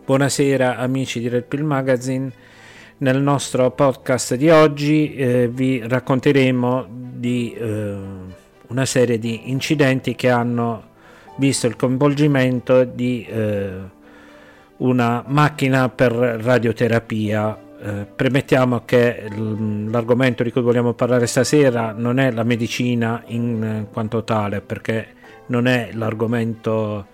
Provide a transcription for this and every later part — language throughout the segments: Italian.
Buonasera amici di Red Pill Magazine. Nel nostro podcast di oggi vi racconteremo di una serie di incidenti che hanno visto il coinvolgimento di una macchina per radioterapia. Premettiamo che l'argomento di cui vogliamo parlare stasera non è la medicina in quanto tale, perché non è l'argomento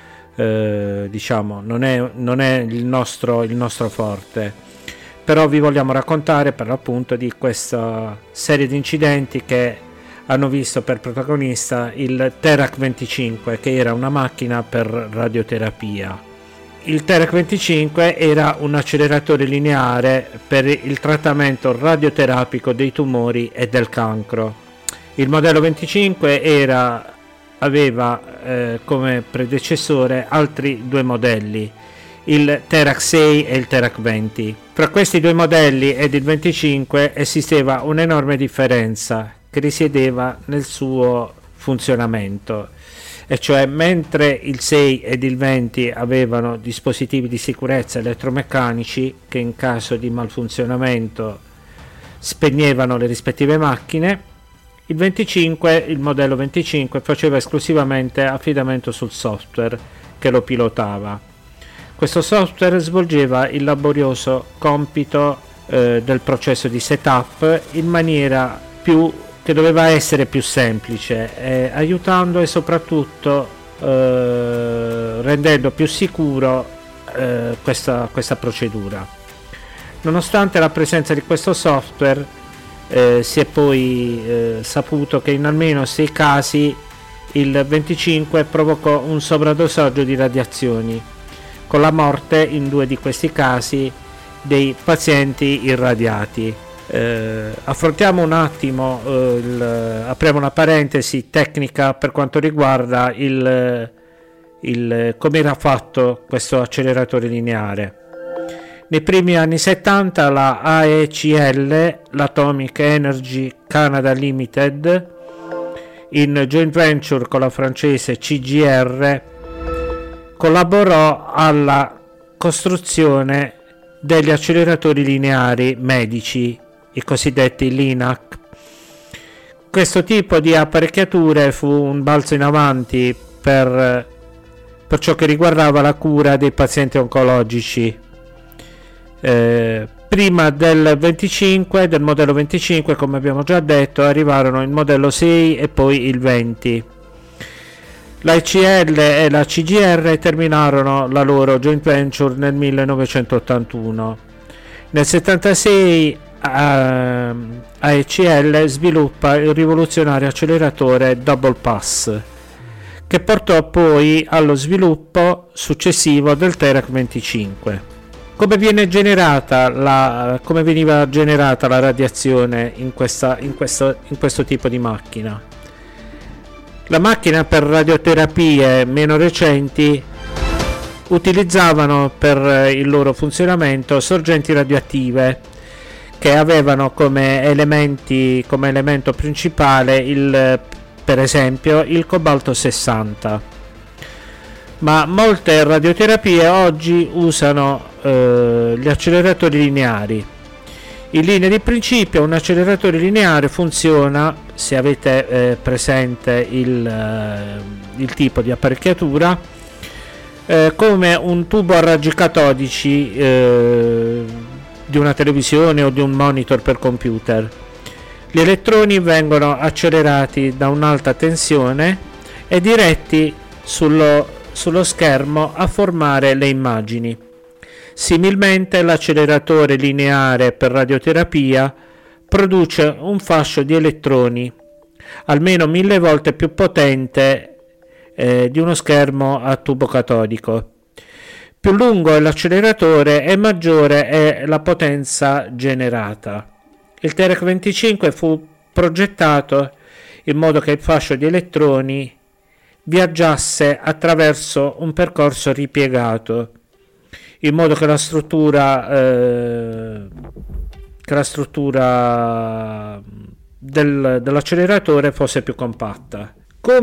non è il nostro forte, però vi vogliamo raccontare per l'appunto di questa serie di incidenti che hanno visto per protagonista il Terac 25, che era una macchina per radioterapia. Il Terac 25 era un acceleratore lineare per il trattamento radioterapico dei tumori e del cancro. Il modello 25 aveva come predecessore altri due modelli, il Terac 6 e il Terac 20. Fra questi due modelli ed il 25 esisteva un'enorme differenza che risiedeva nel suo funzionamento, e cioè mentre il 6 ed il 20 avevano dispositivi di sicurezza elettromeccanici che in caso di malfunzionamento spegnevano le rispettive macchine, il modello 25 faceva esclusivamente affidamento sul software che lo pilotava. Questo software svolgeva il laborioso compito del processo di setup in maniera che doveva essere più semplice, aiutando e soprattutto rendendo più sicuro questa procedura. Nonostante la presenza di questo software, si è poi saputo che in almeno 6 casi il 25 provocò un sovradosaggio di radiazioni, con la morte in 2 di questi casi dei pazienti irradiati. Affrontiamo un attimo, apriamo una parentesi tecnica per quanto riguarda come era fatto questo acceleratore lineare. Nei primi anni 70 la AECL, l'Atomic Energy Canada Limited, in joint venture con la francese CGR, collaborò alla costruzione degli acceleratori lineari medici, i cosiddetti LINAC. Questo tipo di apparecchiature fu un balzo in avanti per ciò che riguardava la cura dei pazienti oncologici. Prima del modello 25, come abbiamo già detto, arrivarono il modello 6 e poi il 20. La ICL e la CGR terminarono la loro joint venture nel 1981. Nel 1976 AECL sviluppa il rivoluzionario acceleratore Double Pass, che portò poi allo sviluppo successivo del Terac 25. Come veniva generata la radiazione in questo tipo di macchina? La macchina per radioterapie meno recenti utilizzavano per il loro funzionamento sorgenti radioattive che avevano come elemento principale per esempio il cobalto 60. Ma molte radioterapie oggi usano gli acceleratori lineari. In linea di principio un acceleratore lineare funziona, se avete presente il tipo di apparecchiatura, come un tubo a raggi catodici di una televisione o di un monitor per computer. Gli elettroni vengono accelerati da un'alta tensione e diretti sullo schermo a formare le immagini. Similmente l'acceleratore lineare per radioterapia produce un fascio di elettroni almeno 1000 volte più potente di uno schermo a tubo catodico. Più lungo è l'acceleratore e maggiore è la potenza generata. Il Terac 25 fu progettato in modo che il fascio di elettroni viaggiasse attraverso un percorso ripiegato, in modo che la struttura dell'acceleratore fosse più compatta.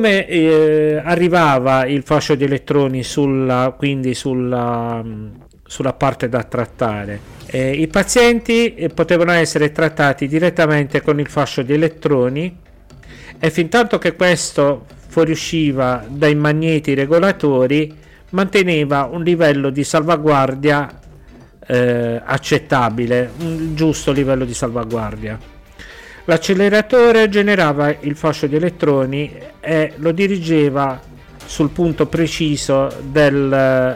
Come arrivava il fascio di elettroni sulla parte da trattare. I pazienti potevano essere trattati direttamente con il fascio di elettroni e fintanto che questo fuoriusciva dai magneti regolatori manteneva un livello di salvaguardia accettabile, un giusto livello di salvaguardia. L'acceleratore generava il fascio di elettroni e lo dirigeva sul punto preciso da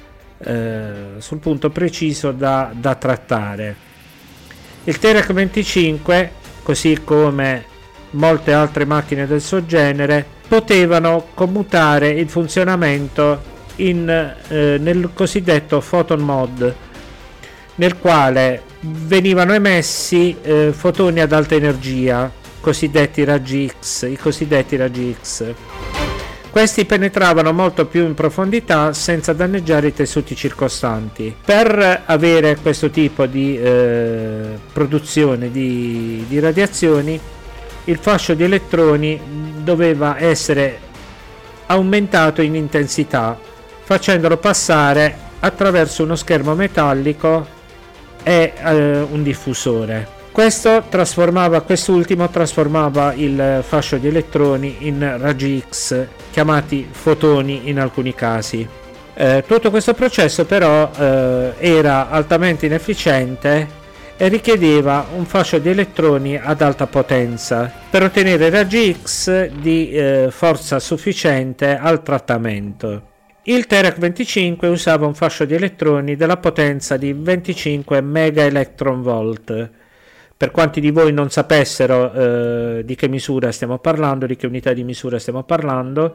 trattare. Il Terex 25, così come molte altre macchine del suo genere, potevano commutare il funzionamento nel cosiddetto photon mode, nel quale venivano emessi fotoni ad alta energia, i cosiddetti raggi X. Questi penetravano molto più in profondità senza danneggiare i tessuti circostanti. Per avere questo tipo di produzione di radiazioni, il fascio di elettroni doveva essere aumentato in intensità, facendolo passare attraverso uno schermo metallico e un diffusore. Quest'ultimo trasformava il fascio di elettroni in raggi X, chiamati fotoni in alcuni casi. Tutto questo processo però era altamente inefficiente e richiedeva un fascio di elettroni ad alta potenza per ottenere raggi X di forza sufficiente al trattamento. Il Terex 25 usava un fascio di elettroni della potenza di 25 MeV. Per quanti di voi non sapessero di che misura stiamo parlando, di che unità di misura stiamo parlando,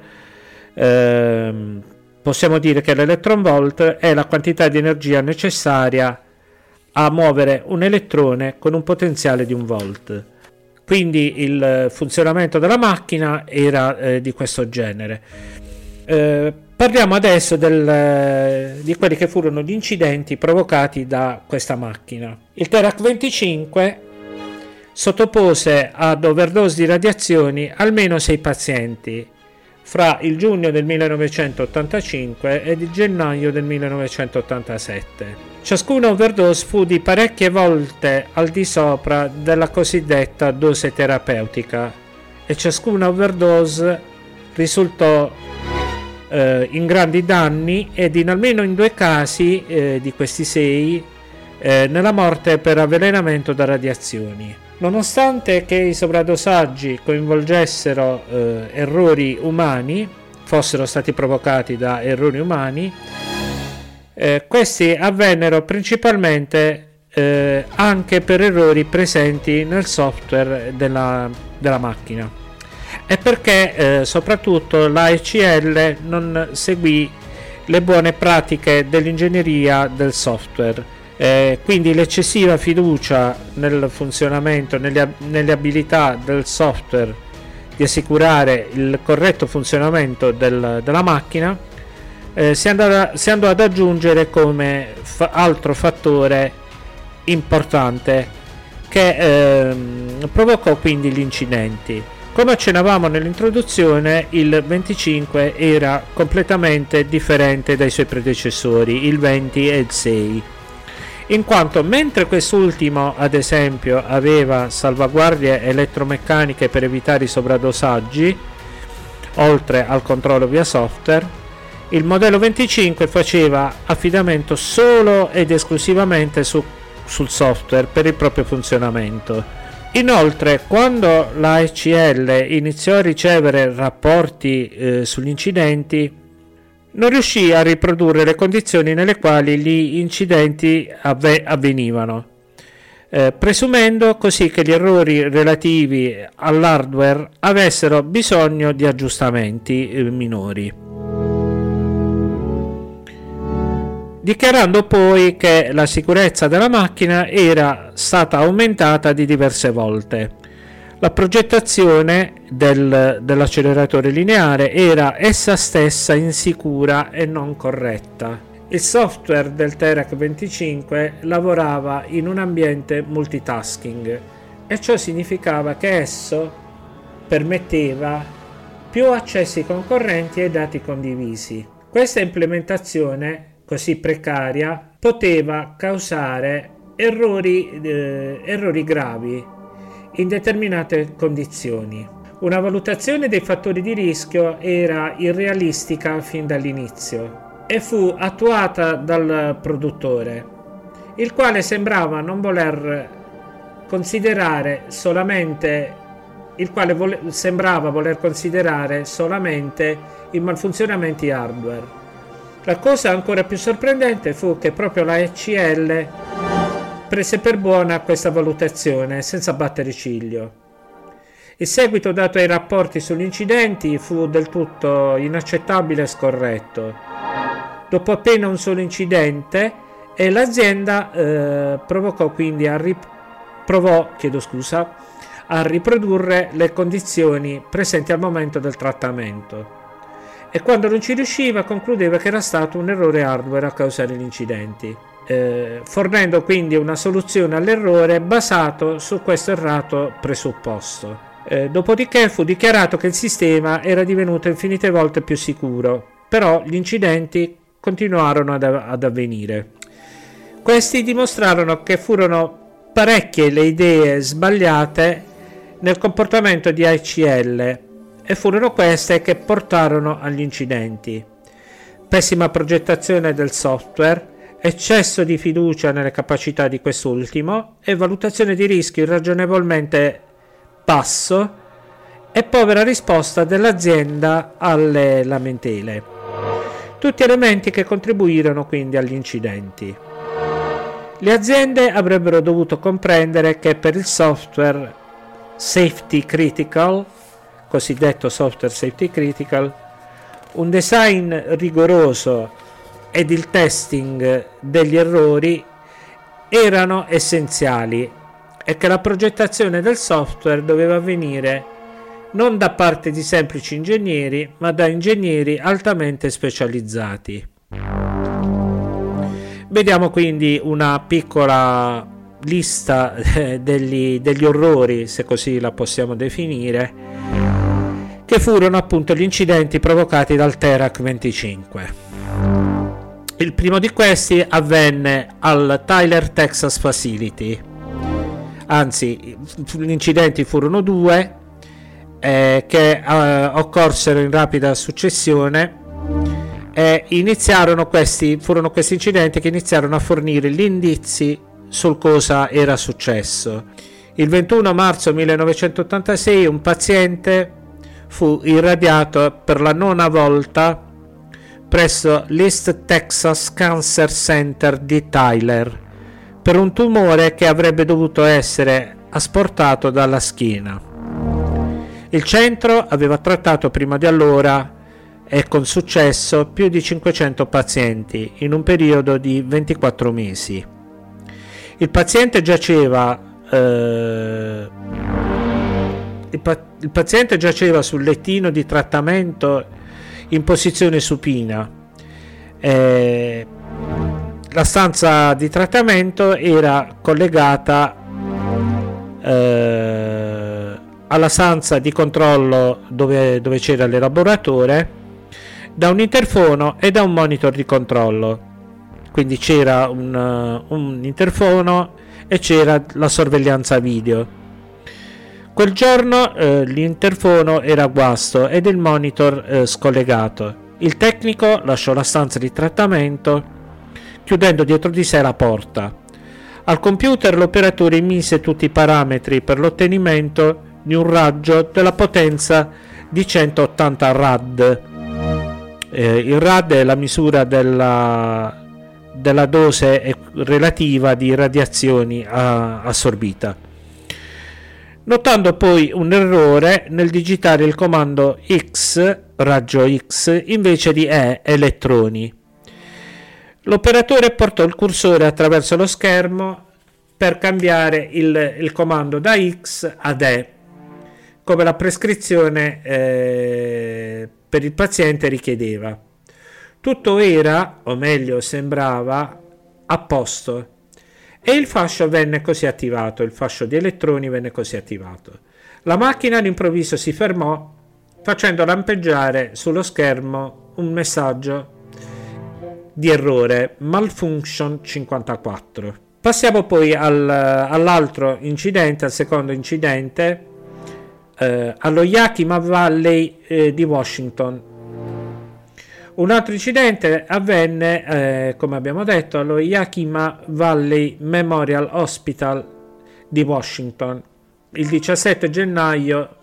possiamo dire che l'electron volt è la quantità di energia necessaria a muovere un elettrone con un potenziale di 1 volt. Quindi il funzionamento della macchina era di questo genere. Parliamo adesso di quelli che furono gli incidenti provocati da questa macchina. Il Terex 25 sottopose ad overdose di radiazioni almeno 6 pazienti fra il giugno del 1985 ed il gennaio del 1987. Ciascuna overdose fu di parecchie volte al di sopra della cosiddetta dose terapeutica e ciascuna overdose risultò in grandi danni ed almeno in 2 casi di questi 6 nella morte per avvelenamento da radiazioni. Nonostante che i sovradosaggi coinvolgessero errori umani, fossero stati provocati da errori umani, questi avvennero principalmente anche per errori presenti nel software della macchina. E perché soprattutto l'AECL non seguì le buone pratiche dell'ingegneria del software, quindi l'eccessiva fiducia nel funzionamento, nelle abilità del software di assicurare il corretto funzionamento della macchina si andò ad aggiungere come altro fattore importante che provocò quindi gli incidenti. Come accennavamo nell'introduzione, il 25 era completamente differente dai suoi predecessori, il 20 e il 6, in quanto mentre quest'ultimo ad esempio aveva salvaguardie elettromeccaniche per evitare i sovradosaggi, oltre al controllo via software, il modello 25 faceva affidamento solo ed esclusivamente sul software per il proprio funzionamento. Inoltre, quando l'AECL iniziò a ricevere rapporti sugli incidenti, non riuscì a riprodurre le condizioni nelle quali gli incidenti avvenivano, presumendo così che gli errori relativi all'hardware avessero bisogno di aggiustamenti minori, dichiarando poi che la sicurezza della macchina era stata aumentata di diverse volte. La progettazione dell'acceleratore lineare era essa stessa insicura e non corretta. Il software del Terex 25 lavorava in un ambiente multitasking e ciò significava che esso permetteva più accessi concorrenti ai dati condivisi. Questa implementazione così precaria poteva causare errori gravi in determinate condizioni. Una valutazione dei fattori di rischio era irrealistica fin dall'inizio e fu attuata dal produttore, il quale sembrava non voler considerare solamente sembrava voler considerare solamente i malfunzionamenti hardware. La cosa ancora più sorprendente fu che proprio la ECL prese per buona questa valutazione senza battere ciglio. Il seguito dato ai rapporti sugli incidenti fu del tutto inaccettabile e scorretto. Dopo appena un solo incidente, l'azienda provò quindi a riprodurre le condizioni presenti al momento del trattamento, e quando non ci riusciva concludeva che era stato un errore hardware a causare gli incidenti, fornendo quindi una soluzione all'errore basato su questo errato presupposto. Dopodiché fu dichiarato che il sistema era divenuto infinite volte più sicuro, però gli incidenti continuarono ad avvenire. Questi dimostrarono che furono parecchie le idee sbagliate nel comportamento di ACL, e furono queste che portarono agli incidenti: pessima progettazione del software, eccesso di fiducia nelle capacità di quest'ultimo e valutazione di rischio irragionevolmente basso e povera risposta dell'azienda alle lamentele. Tutti elementi che contribuirono quindi agli incidenti. Le aziende avrebbero dovuto comprendere che per il software safety critical, cosiddetto software safety critical, un design rigoroso ed il testing degli errori erano essenziali, e che la progettazione del software doveva avvenire non da parte di semplici ingegneri, ma da ingegneri altamente specializzati. Vediamo quindi una piccola lista degli orrori, se così la possiamo definire, che furono appunto gli incidenti provocati dal Terac 25. Il primo di questi avvenne al Tyler, Texas Facility. Anzi, gli incidenti furono due, che occorsero in rapida successione, e furono questi incidenti che iniziarono a fornire gli indizi sul cosa era successo. Il 21 marzo 1986 un paziente fu irradiato per la nona volta presso l'East Texas Cancer Center di Tyler per un tumore che avrebbe dovuto essere asportato dalla schiena. Il centro aveva trattato prima di allora e con successo più di 500 pazienti in un periodo di 24 mesi. Il paziente giaceva sul lettino di trattamento in posizione supina. La stanza di trattamento era collegata alla stanza di controllo dove c'era l'elaboratore da un interfono e da un monitor di controllo. Quindi c'era un interfono e c'era la sorveglianza video. Quel giorno l'interfono era a guasto ed il monitor scollegato. Il tecnico lasciò la stanza di trattamento chiudendo dietro di sé la porta. Al computer l'operatore mise tutti i parametri per l'ottenimento di un raggio della potenza di 180 rad. Il rad è la misura della dose relativa di radiazioni assorbita, notando poi un errore nel digitare il comando X, raggio X, invece di elettroni. L'operatore portò il cursore attraverso lo schermo per cambiare il comando da X ad E, come la prescrizione per il paziente richiedeva. Tutto era, o meglio sembrava, a posto, e il fascio venne così attivato, il fascio di elettroni venne così attivato. La macchina all'improvviso si fermò, facendo lampeggiare sullo schermo un messaggio di errore malfunction 54. Passiamo poi all'altro incidente, al secondo incidente, allo Yakima Valley di Washington. Un altro incidente avvenne, come abbiamo detto, allo Yakima Valley Memorial Hospital di Washington il 17 gennaio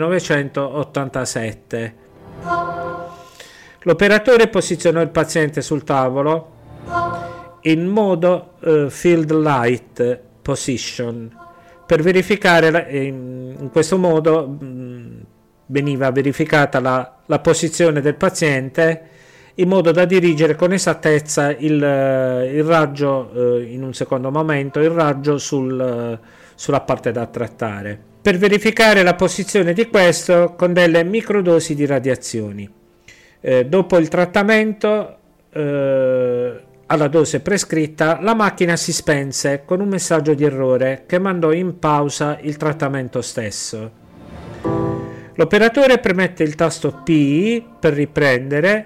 1987. L'operatore posizionò il paziente sul tavolo in modo field light position per verificare, in questo modo veniva verificata la posizione del paziente in modo da dirigere con esattezza il raggio, in un secondo momento, il raggio sulla parte da trattare, per verificare la posizione di questo con delle microdosi di radiazioni. Dopo il trattamento alla dose prescritta, la macchina si spense con un messaggio di errore che mandò in pausa il trattamento stesso. L'operatore premette il tasto P per riprendere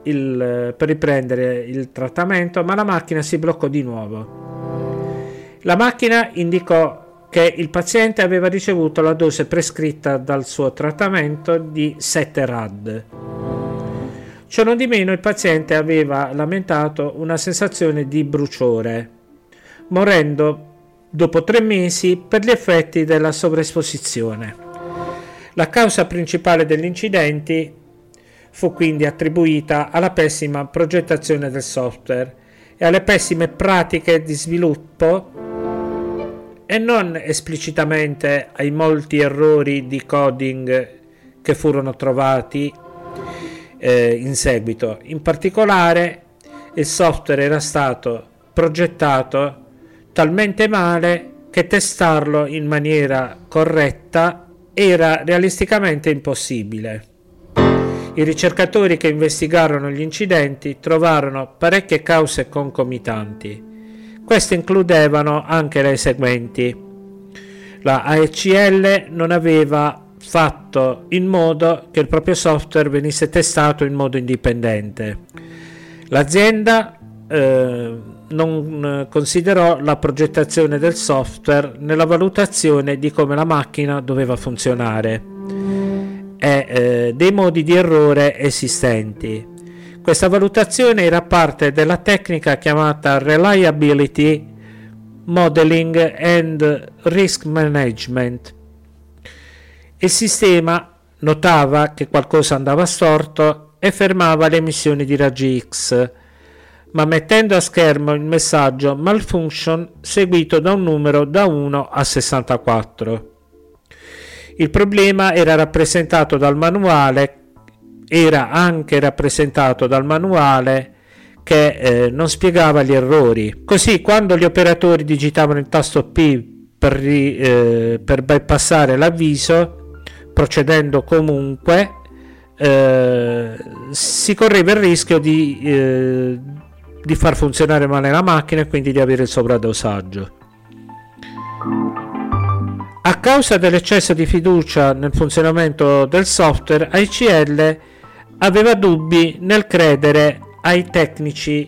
il trattamento, ma la macchina si bloccò di nuovo. La macchina indicò che il paziente aveva ricevuto la dose prescritta dal suo trattamento di 7 rad. Cionondimeno il paziente aveva lamentato una sensazione di bruciore, morendo dopo 3 mesi per gli effetti della sovraesposizione. La causa principale degli incidenti fu quindi attribuita alla pessima progettazione del software e alle pessime pratiche di sviluppo, e non esplicitamente ai molti errori di coding che furono trovati in seguito. In particolare, il software era stato progettato talmente male che testarlo in maniera corretta era realisticamente impossibile. I ricercatori che investigarono gli incidenti trovarono parecchie cause concomitanti. Queste includevano anche le seguenti: la ACL non aveva fatto in modo che il proprio software venisse testato in modo indipendente. L'azienda non considerò la progettazione del software nella valutazione di come la macchina doveva funzionare e dei modi di errore esistenti. Questa valutazione era parte della tecnica chiamata Reliability Modeling and Risk Management. Il sistema notava che qualcosa andava storto e fermava le emissioni di raggi X, ma mettendo a schermo il messaggio malfunction seguito da un numero da 1 a 64. Il problema era anche rappresentato dal manuale che non spiegava gli errori. Così, quando gli operatori digitavano il tasto P per bypassare l'avviso, procedendo comunque, si correva il rischio di far funzionare male la macchina e quindi di avere il sovradosaggio. A causa dell'eccesso di fiducia nel funzionamento del software, ACL aveva dubbi nel credere ai tecnici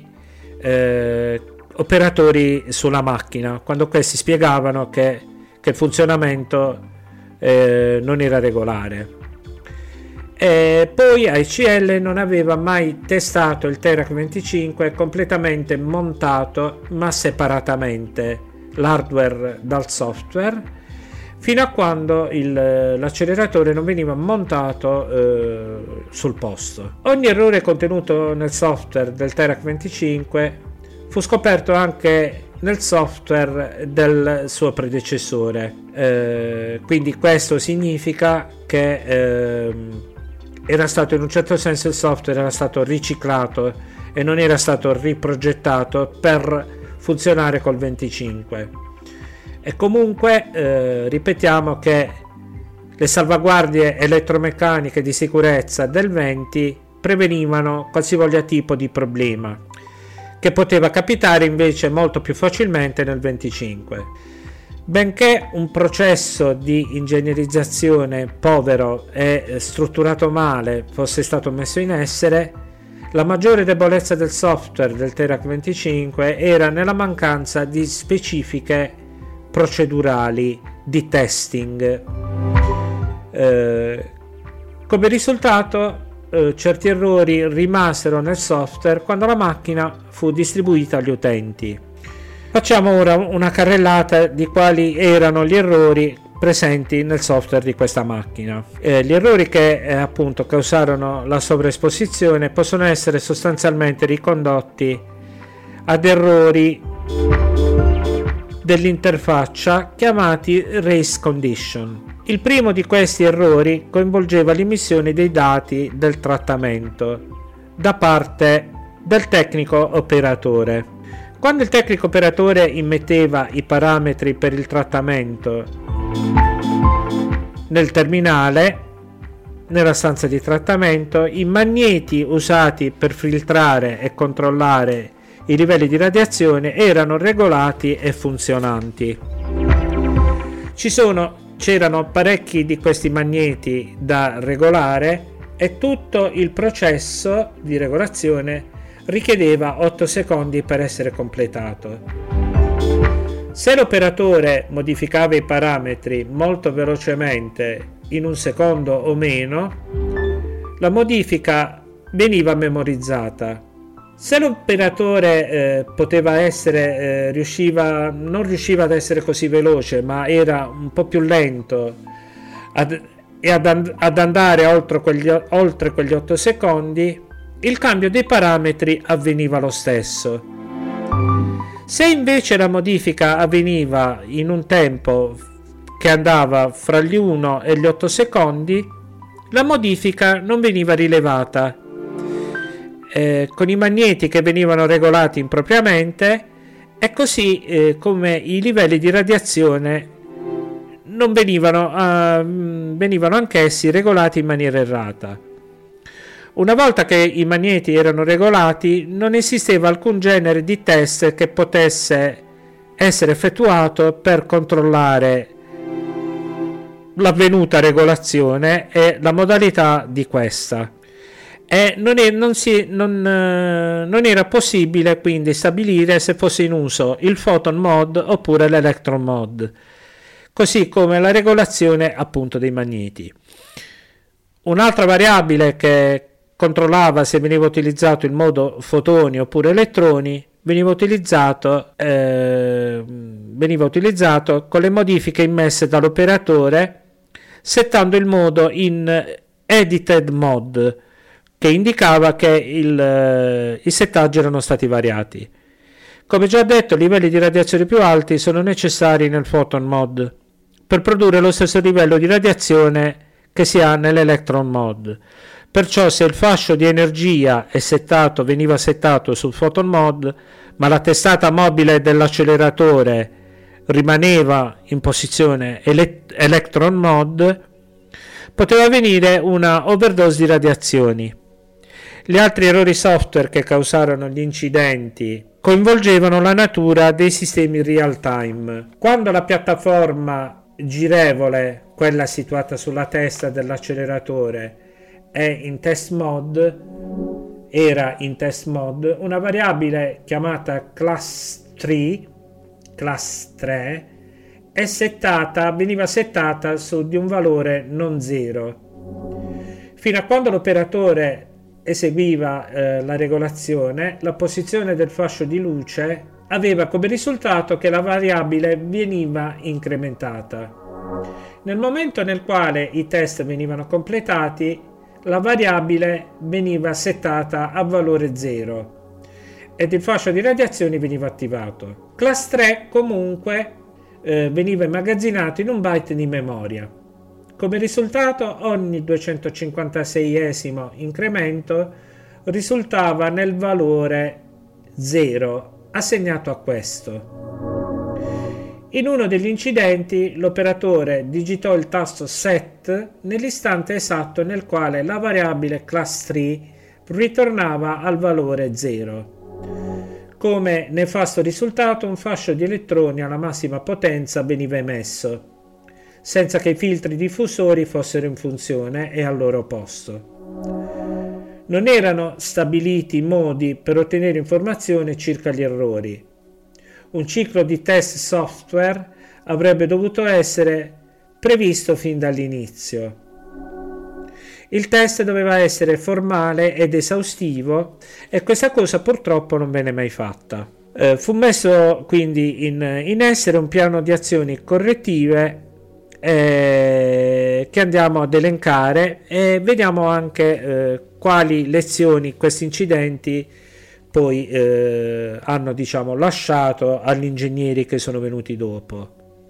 operatori sulla macchina quando questi spiegavano che il funzionamento non era regolare. E poi ACL non aveva mai testato il Terac 25 completamente montato, ma separatamente, l'hardware dal software, fino a quando l'acceleratore non veniva montato sul posto. Ogni errore contenuto nel software del Terac 25 fu scoperto anche nel software del suo predecessore, quindi questo significa che era stato, in un certo senso, il software era stato riciclato e non era stato riprogettato per funzionare col 25. E comunque ripetiamo che le salvaguardie elettromeccaniche di sicurezza del 20 prevenivano qualsivoglia tipo di problema, che poteva capitare invece molto più facilmente nel 25. Benché un processo di ingegnerizzazione povero e strutturato male fosse stato messo in essere, La maggiore debolezza del software del Terac 25 era nella mancanza di specifiche procedurali di testing. Come risultato, certi errori rimasero nel software quando la macchina fu distribuita agli utenti. Facciamo ora una carrellata di quali erano gli errori presenti nel software di questa macchina. Gli errori che appunto causarono la sovraesposizione possono essere sostanzialmente ricondotti ad errori dell'interfaccia chiamati race condition. Il primo di questi errori coinvolgeva l'immissione dei dati del trattamento da parte del tecnico operatore. Quando il tecnico operatore immetteva i parametri per il trattamento nel terminale, nella stanza di trattamento, i magneti usati per filtrare e controllare i livelli di radiazione erano regolati e funzionanti. C'erano parecchi di questi magneti da regolare e tutto il processo di regolazione richiedeva 8 secondi per essere completato. Se l'operatore modificava i parametri molto velocemente, in un secondo o meno, la modifica veniva memorizzata. Se l'operatore non riusciva ad essere così veloce, ma era un po' più lento ad andare oltre quegli 8 secondi, il cambio dei parametri avveniva lo stesso. Se invece la modifica avveniva in un tempo che andava fra gli 1 e gli 8 secondi, la modifica non veniva rilevata. Con i magneti che venivano regolati impropriamente, e così come i livelli di radiazione non venivano anch'essi regolati in maniera errata. Una volta che i magneti erano regolati, non esisteva alcun genere di test che potesse essere effettuato per controllare l'avvenuta regolazione e la modalità di questa. E non era possibile quindi stabilire se fosse in uso il photon mode oppure l'electron mode, così come la regolazione appunto dei magneti. Un'altra variabile che controllava se veniva utilizzato il modo fotoni oppure elettroni veniva utilizzato con le modifiche immesse dall'operatore, settando il modo in edited mode, che indicava che i settaggi erano stati variati. Come già detto, livelli di radiazione più alti sono necessari nel photon mode per produrre lo stesso livello di radiazione che si ha nell'electron mode. Perciò se il fascio di energia veniva settato sul photon mode, ma la testata mobile dell'acceleratore rimaneva in posizione electron mode, poteva avvenire una overdose di radiazioni. Gli altri errori software che causarono gli incidenti coinvolgevano la natura dei sistemi real time. Quando la piattaforma girevole, quella situata sulla testa dell'acceleratore, era in test mode, una variabile chiamata class 3 veniva settata su di un valore non zero. Fino a quando l'operatore eseguiva la regolazione, la posizione del fascio di luce aveva come risultato che la variabile veniva incrementata. Nel momento nel quale i test venivano completati, la variabile veniva settata a valore 0 ed il fascio di radiazioni veniva attivato. Class 3 comunque veniva immagazzinato in un byte di memoria. Come risultato, ogni 256esimo incremento risultava nel valore 0 assegnato a questo. In uno degli incidenti l'operatore digitò il tasto SET nell'istante esatto nel quale la variabile class 3 ritornava al valore 0. Come nefasto risultato, un fascio di elettroni alla massima potenza veniva emesso, senza che i filtri diffusori fossero in funzione e al loro posto. Non erano stabiliti modi per ottenere informazioni circa gli errori. Un ciclo di test software avrebbe dovuto essere previsto fin dall'inizio. Il test doveva essere formale ed esaustivo e questa cosa purtroppo non venne mai fatta. Fu messo quindi in essere un piano di azioni correttive che andiamo ad elencare e vediamo anche quali lezioni questi incidenti poi hanno, diciamo, lasciato agli ingegneri che sono venuti dopo.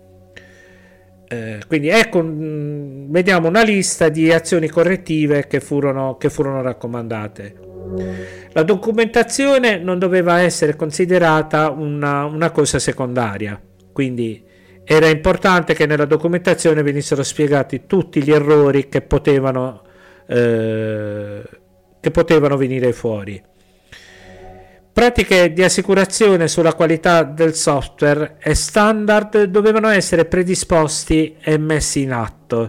Quindi ecco, vediamo una lista di azioni correttive che furono raccomandate. La documentazione non doveva essere considerata una cosa secondaria, quindi era importante che nella documentazione venissero spiegati tutti gli errori che potevano venire fuori. Pratiche di assicurazione sulla qualità del software e standard dovevano essere predisposti e messi in atto.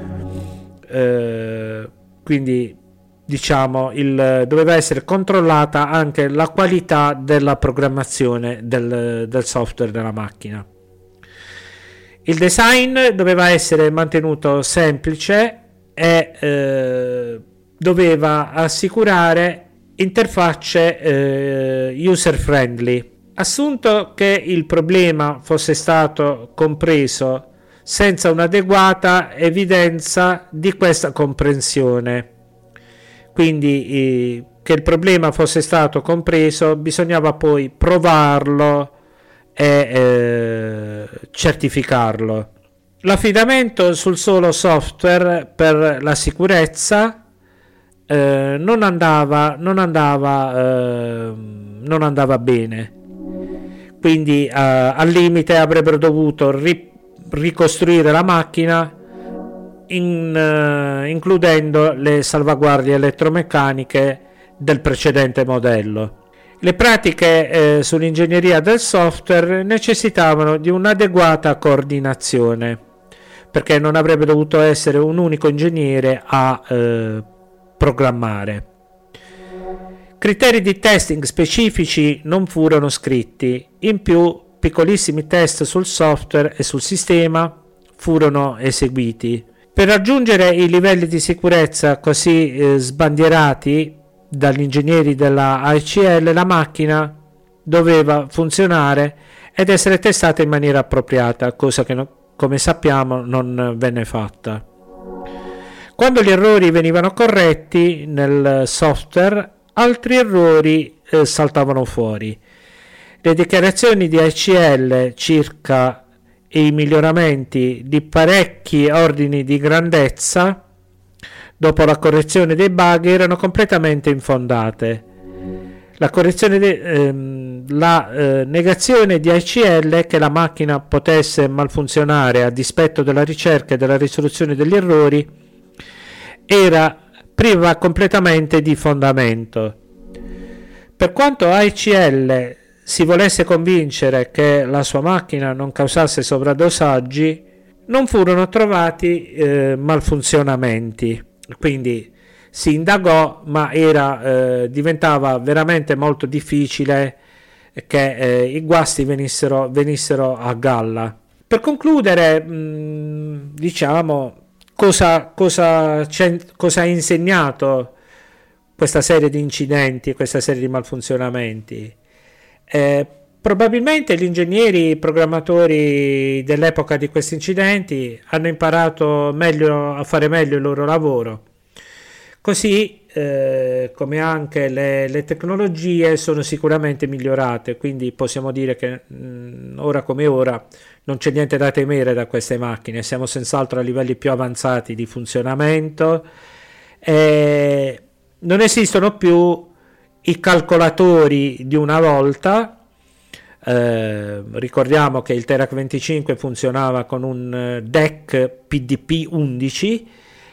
Quindi, diciamo, doveva essere controllata anche la qualità della programmazione del software della macchina. Il design doveva essere mantenuto semplice e doveva assicurare interfacce user friendly. Assunto che il problema fosse stato compreso senza un'adeguata evidenza di questa comprensione, quindi che il problema fosse stato compreso, bisognava poi provarlo e certificarlo. L'affidamento sul solo software per la sicurezza non andava bene, quindi al limite avrebbero dovuto ricostruire la macchina includendo le salvaguardie elettromeccaniche del precedente modello. Le pratiche sull'ingegneria del software necessitavano di un'adeguata coordinazione, perché non avrebbe dovuto essere un unico ingegnere a programmare. Criteri di testing specifici non furono scritti, in più piccolissimi test sul software e sul sistema furono eseguiti. Per raggiungere i livelli di sicurezza così sbandierati dagli ingegneri della ACL, la macchina doveva funzionare ed essere testata in maniera appropriata, cosa che come sappiamo non venne fatta. Quando gli errori venivano corretti nel software, altri errori saltavano fuori. Le dichiarazioni di ACL circa i miglioramenti di parecchi ordini di grandezza dopo la correzione dei bug erano completamente infondate. La negazione di ACL che la macchina potesse malfunzionare a dispetto della ricerca e della risoluzione degli errori era priva completamente di fondamento. Per quanto ACL si volesse convincere che la sua macchina non causasse sovradosaggi, non furono trovati malfunzionamenti, quindi si indagò, ma diventava veramente molto difficile che i guasti venissero a galla. Per concludere, diciamo, cosa ha insegnato questa serie di incidenti, questa serie di malfunzionamenti? Probabilmente gli ingegneri programmatori dell'epoca di questi incidenti hanno imparato a fare meglio il loro lavoro, così come anche le tecnologie sono sicuramente migliorate, quindi possiamo dire che ora come ora non c'è niente da temere da queste macchine, siamo senz'altro a livelli più avanzati di funzionamento, non esistono più i calcolatori di una volta. Ricordiamo che il Terac 25 funzionava con un DEC PDP 11.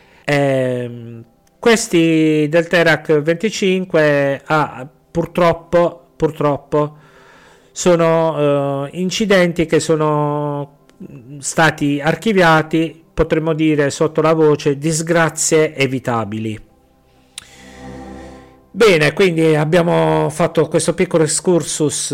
Questi del Terac 25 purtroppo sono incidenti che sono stati archiviati, potremmo dire sotto la voce disgrazie evitabili. Bene, quindi abbiamo fatto questo piccolo excursus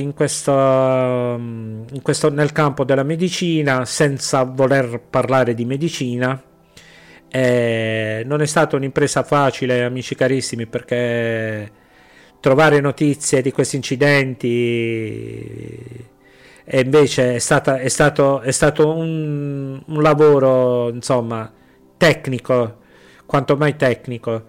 nel campo della medicina senza voler parlare di medicina. Non è stata un'impresa facile, amici carissimi, perché trovare notizie di questi incidenti e invece è stato un lavoro, insomma, tecnico, quanto mai tecnico.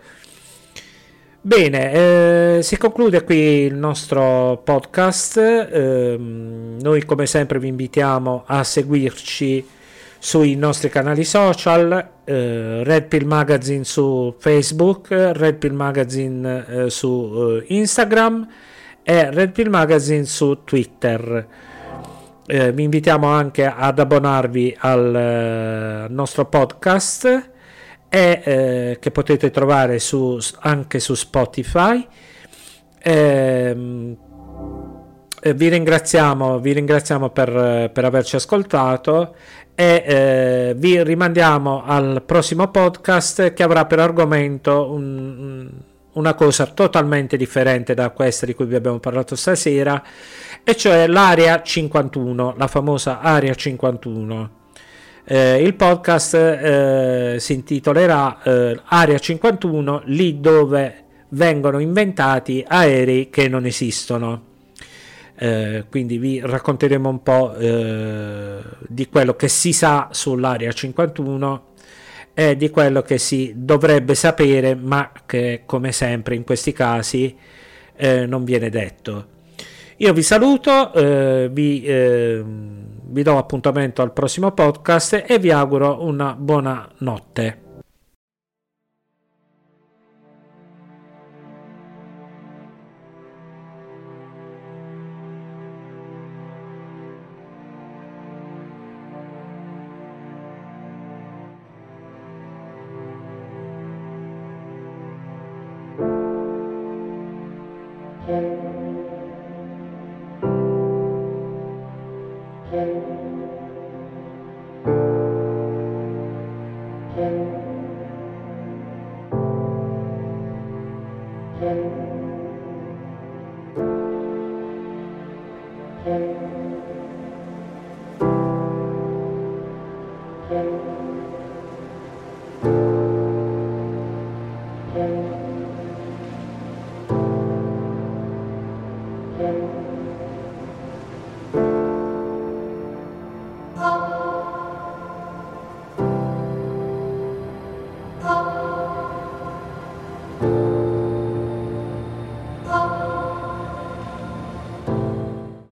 Bene, si conclude qui il nostro podcast. Noi come sempre vi invitiamo a seguirci sui nostri canali social, Red Pill Magazine su Facebook, Red Pill Magazine su Instagram e Red Pill Magazine su Twitter. Vi invitiamo anche ad abbonarvi al nostro podcast che potete trovare anche su Spotify. Vi ringraziamo per averci ascoltato e vi rimandiamo al prossimo podcast, che avrà per argomento una cosa totalmente differente da questa di cui vi abbiamo parlato stasera, e cioè l'Area 51, la famosa Area 51. Il podcast si intitolerà Area 51, lì dove vengono inventati aerei che non esistono. Quindi vi racconteremo un po' di quello che si sa sull'Area 51 e di quello che si dovrebbe sapere, ma che come sempre in questi casi non viene detto. Io vi saluto, vi do appuntamento al prossimo podcast e vi auguro una buona notte.